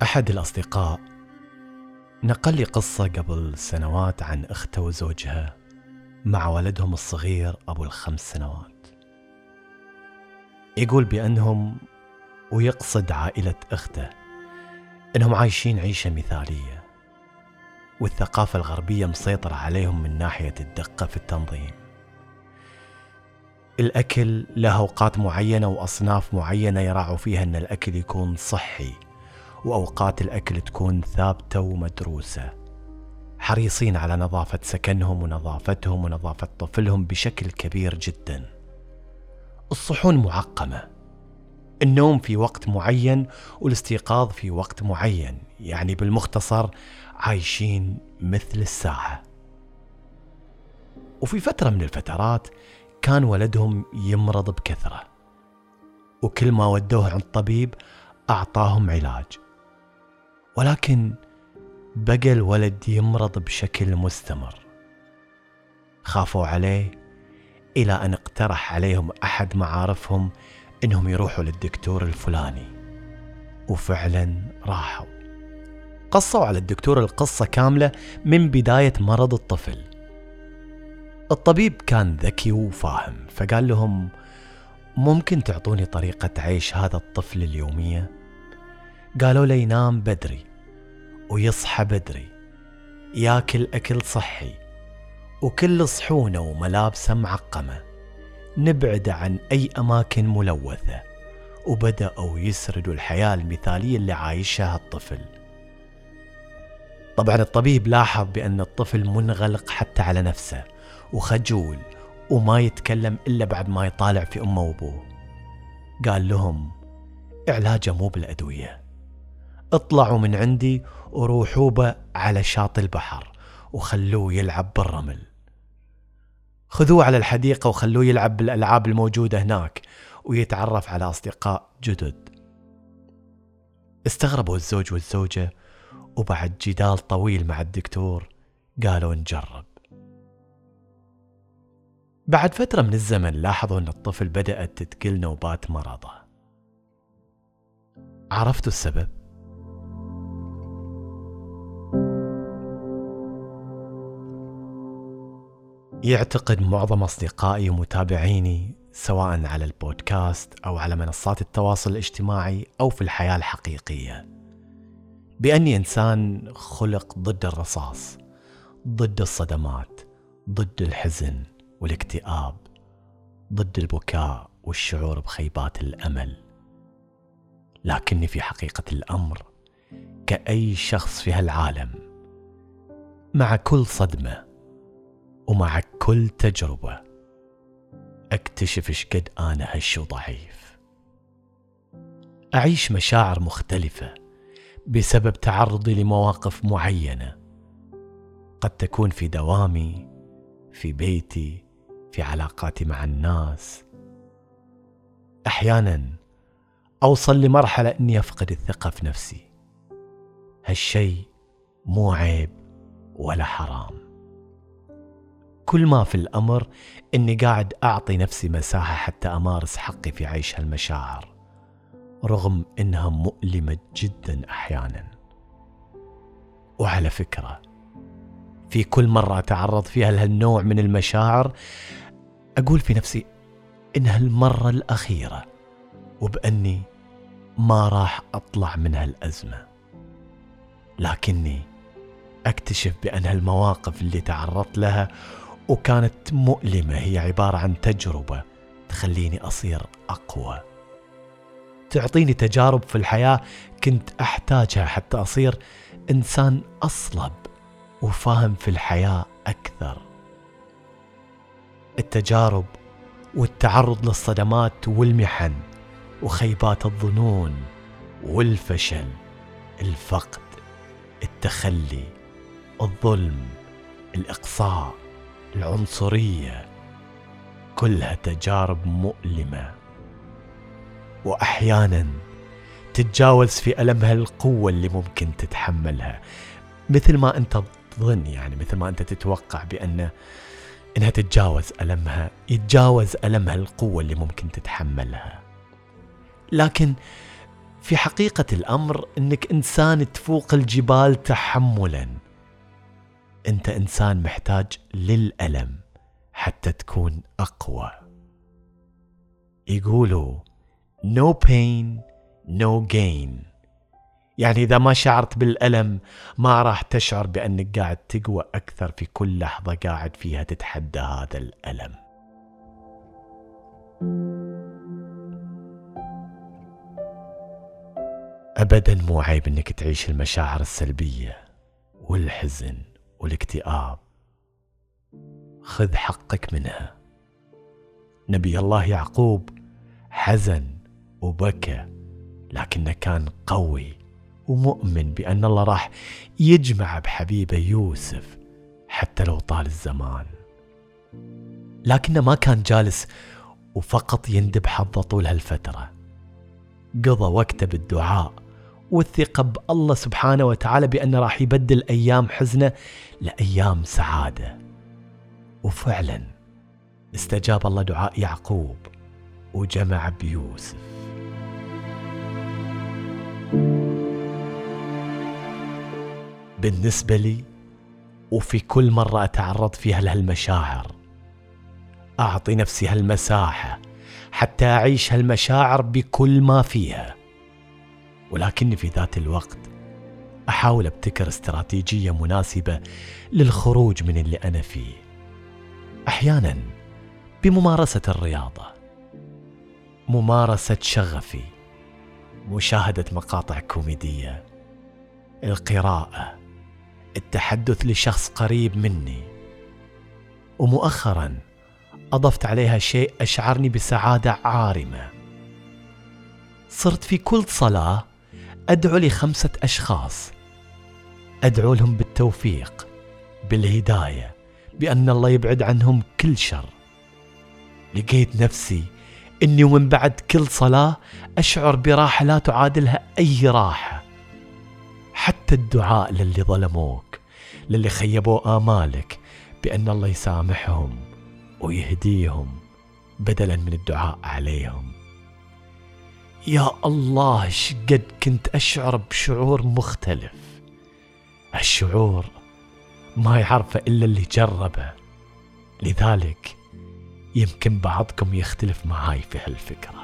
أحد الأصدقاء نقل لي قصة قبل سنوات عن أخته وزوجها مع ولدهم الصغير أبو 5 سنوات. يقول بأنهم، ويقصد عائلة أخته، أنهم عايشين عيشة مثالية، والثقافة الغربية مسيطرة عليهم من ناحية الدقة في التنظيم. الأكل له أوقات معينة وأصناف معينة يراعوا فيها أن الأكل يكون صحي، وأوقات الأكل تكون ثابتة ومدروسة. حريصين على نظافة سكنهم ونظافتهم ونظافة طفلهم بشكل كبير جدا. الصحون معقمة، النوم في وقت معين والاستيقاظ في وقت معين، يعني بالمختصر عايشين مثل الساعة. وفي فترة من الفترات كان ولدهم يمرض بكثرة، وكل ما ودوه عند طبيب أعطاهم علاج، ولكن بقى الولد يمرض بشكل مستمر. خافوا عليه إلى أن اقترح عليهم أحد معارفهم إنهم يروحوا للدكتور الفلاني، وفعلا راحوا. قصوا على الدكتور القصة كاملة من بداية مرض الطفل. الطبيب كان ذكي وفاهم، فقال لهم: ممكن تعطوني طريقة عيش هذا الطفل اليومية؟ قالوا له ينام بدري ويصحى بدري، ياكل أكل صحي، وكل صحونه وملابسه معقمة، نبعد عن أي أماكن ملوثة. وبدأوا يسردوا الحياة المثالية اللي عايشها الطفل. طبعا الطبيب لاحظ بأن الطفل منغلق حتى على نفسه، وخجول، وما يتكلم إلا بعد ما يطالع في أمه وأبوه. قال لهم: علاجه مو بالأدوية، اطلعوا من عندي وروحوا به على شاطئ البحر وخلوه يلعب بالرمل. خذوه على الحديقة وخلوه يلعب بالألعاب الموجودة هناك ويتعرف على أصدقاء جدد. استغربوا الزوج والزوجة، وبعد جدال طويل مع الدكتور قالوا نجرب. بعد فترة من الزمن لاحظوا أن الطفل بدأت تتقل نوبات مرضه. عرفتوا السبب؟ يعتقد معظم أصدقائي ومتابعيني، سواء على البودكاست أو على منصات التواصل الاجتماعي أو في الحياة الحقيقية، بأني إنسان خلق ضد الرصاص، ضد الصدمات، ضد الحزن والاكتئاب، ضد البكاء والشعور بخيبات الأمل. لكني في حقيقة الأمر كأي شخص في هالعالم، مع كل صدمة ومع كل تجربة أكتشف إيش قد أنا هش وضعيف. أعيش مشاعر مختلفة بسبب تعرضي لمواقف معينة، قد تكون في دوامي، في بيتي، في علاقاتي مع الناس. أحيانا أوصل لمرحلة أني أفقد الثقة في نفسي. هالشي مو عيب ولا حرام، كل ما في الأمر أني قاعد أعطي نفسي مساحة حتى أمارس حقي في عيش هالمشاعر، رغم أنها مؤلمة جدا أحيانا. وعلى فكرة، في كل مرة أتعرض فيها لهالنوع من المشاعر أقول في نفسي إنها المرة الأخيرة، وبأني ما راح أطلع من هالأزمة. لكني أكتشف بأن هالمواقف اللي تعرضت لها وكانت مؤلمة هي عبارة عن تجربة تخليني أصير أقوى، تعطيني تجارب في الحياة كنت أحتاجها حتى أصير إنسان أصلب وفاهم في الحياة أكثر. التجارب والتعرض للصدمات والمحن وخيبات الظنون والفشل، الفقد، التخلي، الظلم، الإقصاء، العنصرية، كلها تجارب مؤلمة، وأحيانا تتجاوز في ألمها القوة اللي ممكن تتحملها. مثل ما أنت تظن، يعني مثل ما أنت تتوقع إنها تتجاوز ألمها، يتجاوز ألمها القوة اللي ممكن تتحملها. لكن في حقيقة الأمر أنك إنسان تفوق الجبال تحملاً. أنت إنسان محتاج للألم حتى تكون أقوى. يقولوا no pain no gain، يعني إذا ما شعرت بالألم ما راح تشعر بأنك قاعد تقوى أكثر في كل لحظة قاعد فيها تتحدى هذا الألم. أبداً مو عيب أنك تعيش المشاعر السلبية والحزن والاكتئاب، خذ حقك منها. نبي الله يعقوب حزن وبكى، لكنه كان قوي ومؤمن بأن الله راح يجمع بحبيبه يوسف حتى لو طال الزمان. لكنه ما كان جالس وفقط يندب حظه طول هالفترة، قضى وقته بالدعاء والثقة بالله سبحانه وتعالى بأنه راح يبدل أيام حزنه لأيام سعادة. وفعلا استجاب الله دعاء يعقوب وجمع بيوسف. بالنسبة لي وفي كل مرة أتعرض فيها لهالمشاعر أعطي نفسي هالمساحة حتى أعيش هالمشاعر بكل ما فيها، ولكني في ذات الوقت أحاول أبتكر استراتيجية مناسبة للخروج من اللي أنا فيه. أحيانا بممارسة الرياضة، ممارسة شغفي، مشاهدة مقاطع كوميدية، القراءة، التحدث لشخص قريب مني. ومؤخرا أضفت عليها شيء أشعرني بسعادة عارمة. صرت في كل صلاة أدعو ل5 أشخاص، أدعو لهم بالتوفيق، بالهداية، بأن الله يبعد عنهم كل شر. لقيت نفسي أني ومن بعد كل صلاة أشعر براحة لا تعادلها أي راحة. حتى الدعاء للي ظلموك، للي خيبوا آمالك، بأن الله يسامحهم ويهديهم بدلا من الدعاء عليهم. يا الله شقد كنت أشعر بشعور مختلف. الشعور ما يعرفه إلا اللي جربه، لذلك يمكن بعضكم يختلف معاي في هالفكرة.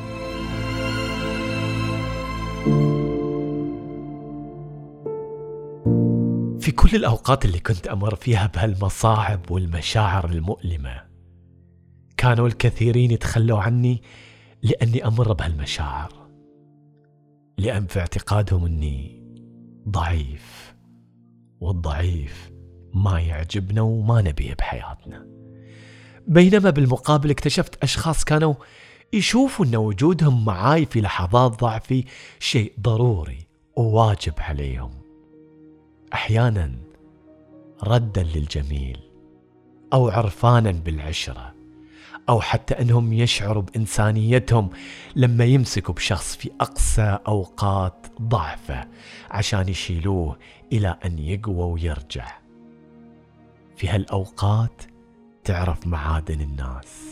في كل الأوقات اللي كنت أمر فيها بهالمصاعب والمشاعر المؤلمة، كانوا الكثيرين يتخلوا عني لأني أمر بهالمشاعر، لأن في اعتقادهم أني ضعيف، والضعيف ما يعجبنا وما نبيه بحياتنا. بينما بالمقابل اكتشفت أشخاص كانوا يشوفوا أن وجودهم معاي في لحظات ضعفي شيء ضروري وواجب عليهم. أحيانا ردا للجميل، أو عرفانا بالعشرة، أو حتى أنهم يشعروا بإنسانيتهم لما يمسكوا بشخص في أقصى أوقات ضعفه عشان يشيلوه إلى أن يقوى ويرجع. في هالأوقات تعرف معادن الناس.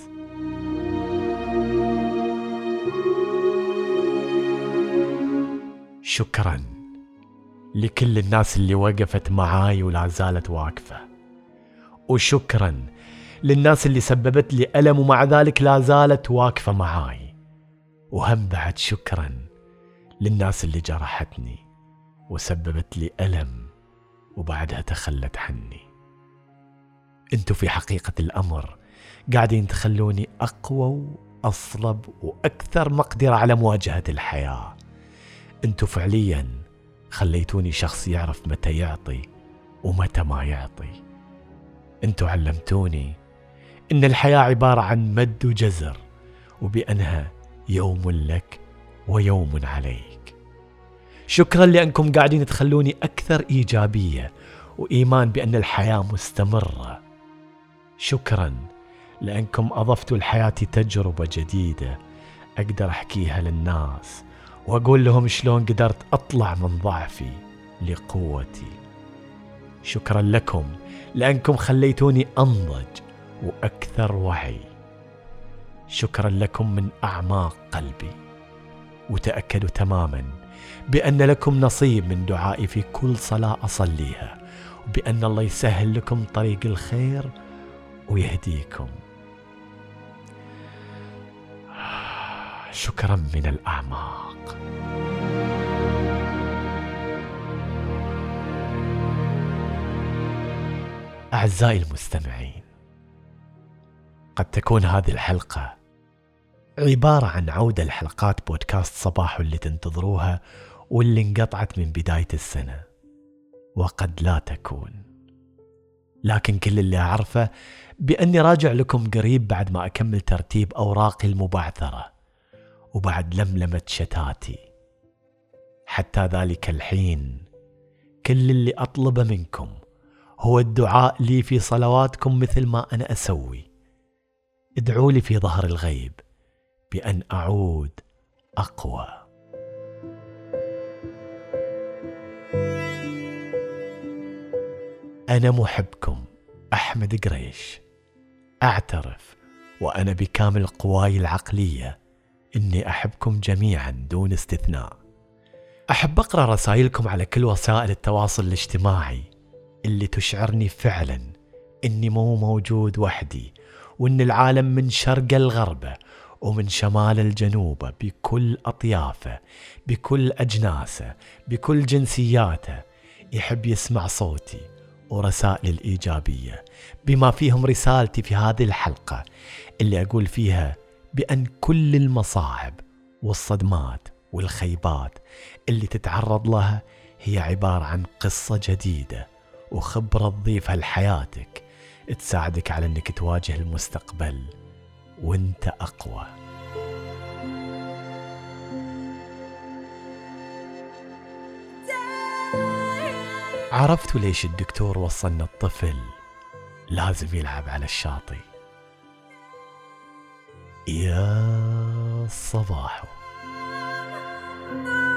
شكرا لكل الناس اللي وقفت معاي ولا زالت واقفة، وشكرا للناس اللي سببت لي ألم ومع ذلك لا زالت واقفة معاي، وهم بعد شكرا للناس اللي جرحتني وسببت لي ألم وبعدها تخلت عني. انتوا في حقيقة الأمر قاعدين تخلوني أقوى وأصلب وأكثر مقدرة على مواجهة الحياة. انتوا فعليا خليتوني شخص يعرف متى يعطي ومتى ما يعطي. انتوا علمتوني إن الحياة عبارة عن مد وجزر، وبأنها يوم لك ويوم عليك. شكرا لأنكم قاعدين تخلوني أكثر إيجابية وإيمان بأن الحياة مستمرة. شكرا لأنكم أضفتوا لحياتي تجربة جديدة أقدر أحكيها للناس وأقول لهم شلون قدرت أطلع من ضعفي لقوتي. شكرا لكم لأنكم خليتوني أنضج وأكثر وعي. شكرا لكم من أعماق قلبي. وتأكدوا تماما بأن لكم نصيب من دعائي في كل صلاة أصليها، وبأن الله يسهل لكم طريق الخير ويهديكم. شكرا من الأعماق. أعزائي المستمعين، قد تكون هذه الحلقة عبارة عن عودة لحلقات بودكاست صباح اللي تنتظروها واللي انقطعت من بداية السنة، وقد لا تكون. لكن كل اللي أعرفه بأني راجع لكم قريب بعد ما أكمل ترتيب أوراقي المبعثرة وبعد لملمة شتاتي. حتى ذلك الحين كل اللي أطلبه منكم هو الدعاء لي في صلواتكم مثل ما أنا أسوي. ادعوا لي في ظهر الغيب بأن أعود أقوى. أنا محبكم أحمد قريش. أعترف وأنا بكامل قواي العقلية إني أحبكم جميعا دون استثناء. أحب أقرأ رسائلكم على كل وسائل التواصل الاجتماعي اللي تشعرني فعلا إني مو موجود وحدي، وإن العالم من شرق الغربة ومن شمال الجنوبة بكل أطيافه، بكل أجناسه، بكل جنسياته يحب يسمع صوتي ورسائل الإيجابية، بما فيهم رسالتي في هذه الحلقة اللي أقول فيها بأن كل المصاعب والصدمات والخيبات اللي تتعرض لها هي عبارة عن قصة جديدة وخبرة تضيفها لحياتك تساعدك على أنك تواجه المستقبل وانت أقوى. عرفتوا ليش الدكتور وصلنا الطفل لازم يلعب على الشاطئ؟ يا صباحو.